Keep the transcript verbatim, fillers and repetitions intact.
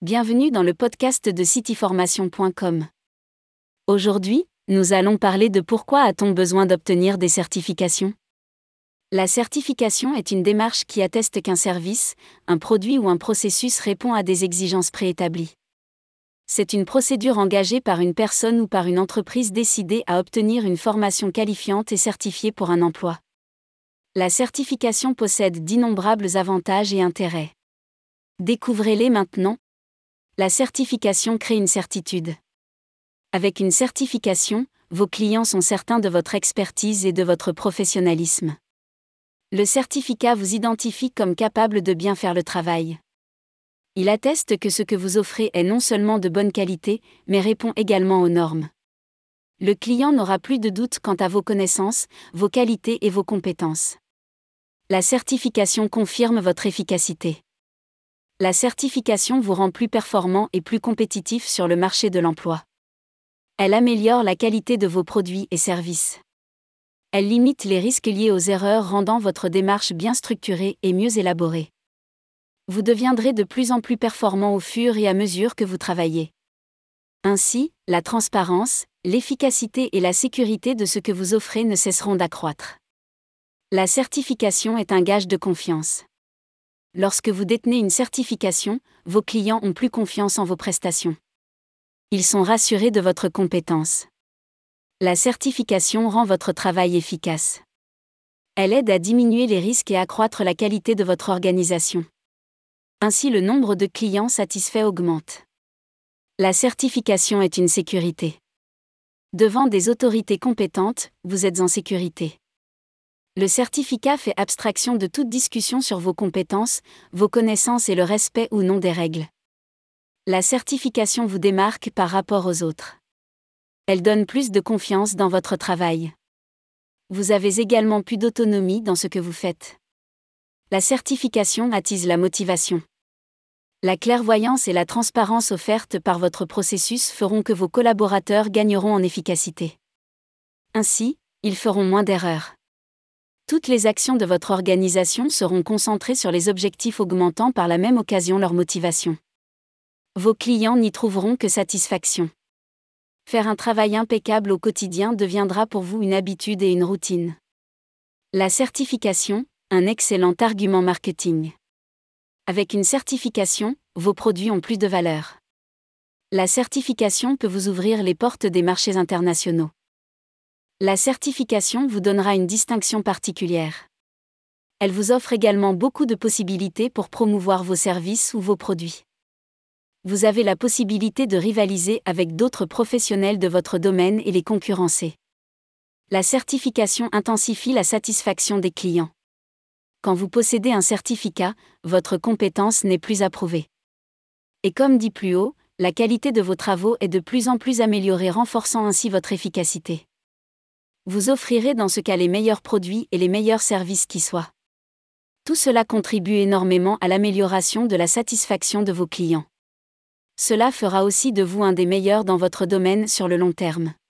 Bienvenue dans le podcast de cityformation point com. Aujourd'hui, nous allons parler de pourquoi a-t-on besoin d'obtenir des certifications. La certification est une démarche qui atteste qu'un service, un produit ou un processus répond à des exigences préétablies. C'est une procédure engagée par une personne ou par une entreprise décidée à obtenir une formation qualifiante et certifiée pour un emploi. La certification possède d'innombrables avantages et intérêts. Découvrez-les maintenant. La certification crée une certitude. Avec une certification, vos clients sont certains de votre expertise et de votre professionnalisme. Le certificat vous identifie comme capable de bien faire le travail. Il atteste que ce que vous offrez est non seulement de bonne qualité, mais répond également aux normes. Le client n'aura plus de doute quant à vos connaissances, vos qualités et vos compétences. La certification confirme votre efficacité. La certification vous rend plus performant et plus compétitif sur le marché de l'emploi. Elle améliore la qualité de vos produits et services. Elle limite les risques liés aux erreurs, rendant votre démarche bien structurée et mieux élaborée. Vous deviendrez de plus en plus performant au fur et à mesure que vous travaillez. Ainsi, la transparence, l'efficacité et la sécurité de ce que vous offrez ne cesseront d'accroître. La certification est un gage de confiance. Lorsque vous détenez une certification, vos clients ont plus confiance en vos prestations. Ils sont rassurés de votre compétence. La certification rend votre travail efficace. Elle aide à diminuer les risques et accroître la qualité de votre organisation. Ainsi, le nombre de clients satisfaits augmente. La certification est une sécurité. Devant des autorités compétentes, vous êtes en sécurité. Le certificat fait abstraction de toute discussion sur vos compétences, vos connaissances et le respect ou non des règles. La certification vous démarque par rapport aux autres. Elle donne plus de confiance dans votre travail. Vous avez également plus d'autonomie dans ce que vous faites. La certification attise la motivation. La clairvoyance et la transparence offertes par votre processus feront que vos collaborateurs gagneront en efficacité. Ainsi, ils feront moins d'erreurs. Toutes les actions de votre organisation seront concentrées sur les objectifs, augmentant par la même occasion leur motivation. Vos clients n'y trouveront que satisfaction. Faire un travail impeccable au quotidien deviendra pour vous une habitude et une routine. La certification, un excellent argument marketing. Avec une certification, vos produits ont plus de valeur. La certification peut vous ouvrir les portes des marchés internationaux. La certification vous donnera une distinction particulière. Elle vous offre également beaucoup de possibilités pour promouvoir vos services ou vos produits. Vous avez la possibilité de rivaliser avec d'autres professionnels de votre domaine et les concurrencer. La certification intensifie la satisfaction des clients. Quand vous possédez un certificat, votre compétence n'est plus approuvée. Et comme dit plus haut, la qualité de vos travaux est de plus en plus améliorée, renforçant ainsi votre efficacité. Vous offrirez dans ce cas les meilleurs produits et les meilleurs services qui soient. Tout cela contribue énormément à l'amélioration de la satisfaction de vos clients. Cela fera aussi de vous un des meilleurs dans votre domaine sur le long terme.